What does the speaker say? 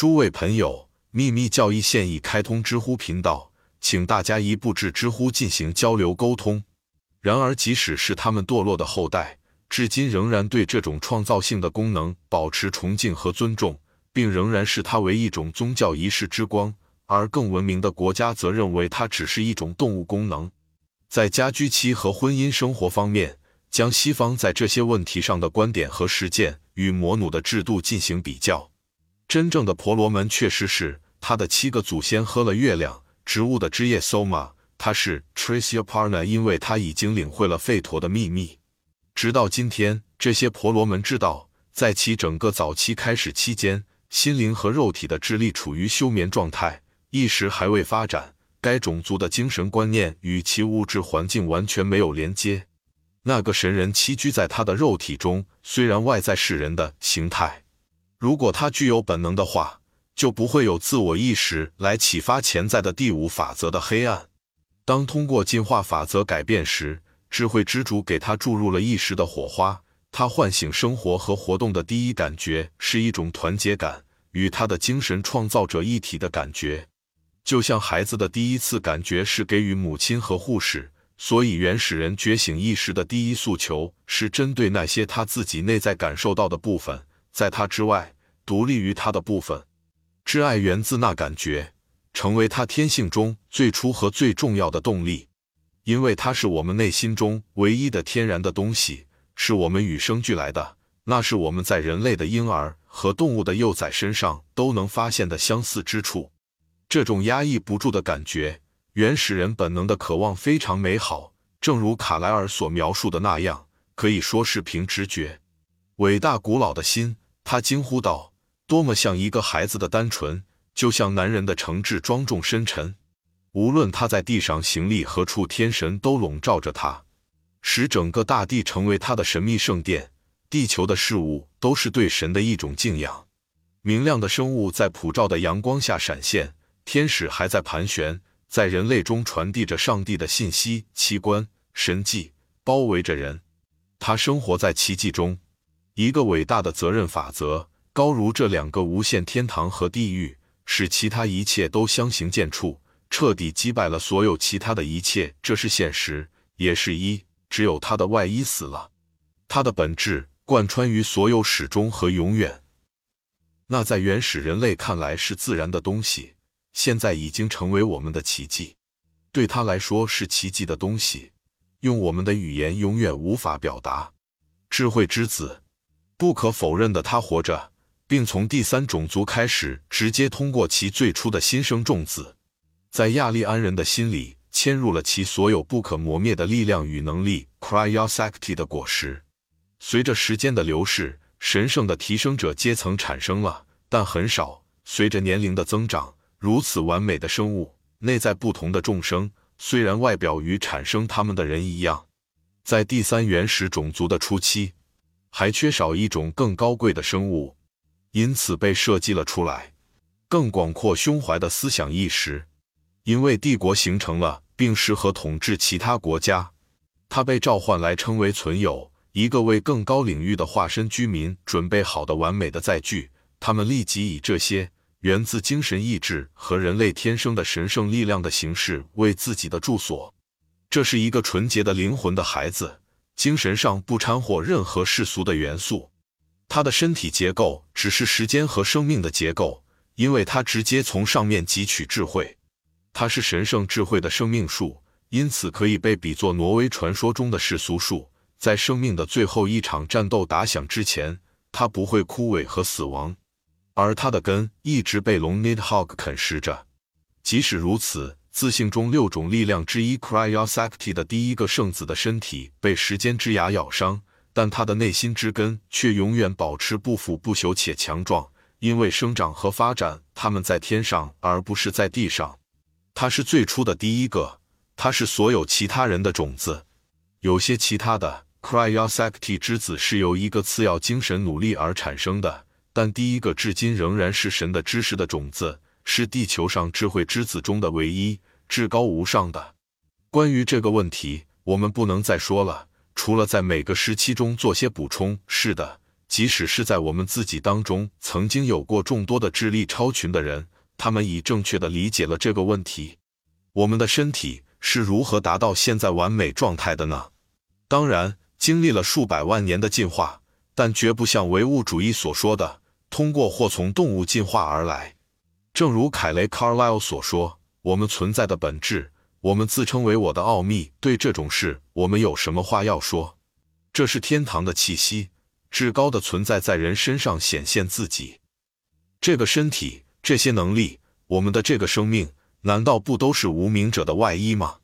诸位朋友，秘密教义现已开通知乎频道，请大家一步至知乎进行交流沟通。然而即使是他们堕落的后代，至今仍然对这种创造性的功能保持崇敬和尊重，并仍然视它为一种宗教仪式之光，而更文明的国家则认为它只是一种动物功能。在家居期和婚姻生活方面，将西方在这些问题上的观点和实践与魔奴的制度进行比较。真正的婆罗门确实是他的7个祖先喝了月亮植物的汁液 Soma， 他是 Trisyaparna， 因为他已经领会了吠陀的秘密。直到今天，这些婆罗门知道，在其整个早期开始期间，心灵和肉体的智力处于休眠状态，意识还未发展，该种族的精神观念与其物质环境完全没有连接。那个神人栖居在他的肉体中，虽然外在是人的形态，如果他具有本能的话，就不会有自我意识来启发潜在的第5法则的黑暗。当通过进化法则改变时，智慧之主给他注入了意识的火花，他唤醒生活和活动的第一感觉是一种团结感，与他的精神创造者一体的感觉。就像孩子的第一次感觉是给予母亲和护士，所以原始人觉醒意识的第一诉求是针对那些他自己内在感受到的部分，在他之外，独立于他的部分。挚爱源自那感觉，成为他天性中最初和最重要的动力，因为它是我们内心中唯一的天然的东西，是我们与生俱来的，那是我们在人类的婴儿和动物的幼崽身上都能发现的相似之处。这种压抑不住的感觉，原始人本能的渴望非常美好，正如卡莱尔所描述的那样，可以说是凭直觉。伟大古老的心，他惊呼道，多么像一个孩子的单纯，就像男人的诚挚庄重深沉。无论他在地上行历何处，天神都笼罩着他，使整个大地成为他的神秘圣殿。地球的事物都是对神的一种敬仰。明亮的生物在普照的阳光下闪现，天使还在盘旋，在人类中传递着上帝的信息、奇观、神迹，包围着人。他生活在奇迹中。一个伟大的责任法则，高如这2个无限天堂和地狱，使其他一切都相形见绌，彻底击败了所有其他的一切。这是现实，也是只有他的外衣死了。他的本质贯穿于所有始终和永远。那在原始人类看来是自然的东西，现在已经成为我们的奇迹。对他来说是奇迹的东西，用我们的语言永远无法表达。智慧之子，不可否认的，他活着，并从第3种族开始直接通过其最初的新生种子，在亚利安人的心里嵌入了其所有不可磨灭的力量与能力 Cryosakti 的果实。随着时间的流逝，神圣的提升者阶层产生了，但很少。随着年龄的增长，如此完美的生物，内在不同的众生，虽然外表与产生他们的人一样，在第3原始种族的初期，还缺少一种更高贵的生物，因此被设计了出来。更广阔胸怀的思想意识，因为帝国形成了，并适合统治其他国家，他被召唤来称为存有，一个为更高领域的化身居民准备好的完美的载具。他们立即以这些源自精神意志和人类天生的神圣力量的形式为自己的住所。这是一个纯洁的灵魂的孩子，精神上不掺和任何世俗的元素。他的身体结构只是时间和生命的结构，因为他直接从上面汲取智慧。他是神圣智慧的生命树，因此可以被比作挪威传说中的世俗树。在生命的最后一场战斗打响之前，它不会枯萎和死亡，而它的根一直被龙 Nidhogg 啃食着。即使如此，自性中6种力量之一 Cryosakti 的第1个圣子的身体被时间之牙咬伤，但他的内心之根却永远保持不腐不朽且强壮，因为生长和发展它们在天上而不是在地上。他是最初的第1个，他是所有其他人的种子。有些其他的Cryosakti 之子是由一个次要精神努力而产生的，但第1个至今仍然是神的知识的种子，是地球上智慧之子中的唯一，至高无上的。关于这个问题，我们不能再说了，除了在每个时期中做些补充。是的， 即使是在我们自己当中曾经有过众多的智力超群的人，他们已正确地理解了这个问题。我们的身体是如何达到现在完美状态的呢？当然，经历了数百万年的进化，但绝不像唯物主义所说的，通过或从动物进化而来。正如凯雷·卡尔莱尔所说，我们存在的本质，我们自称为我的奥秘，对这种事，我们有什么话要说？这是天堂的气息，至高的存在在人身上显现自己。这个身体，这些能力，我们的这个生命，难道不都是无名者的外衣吗？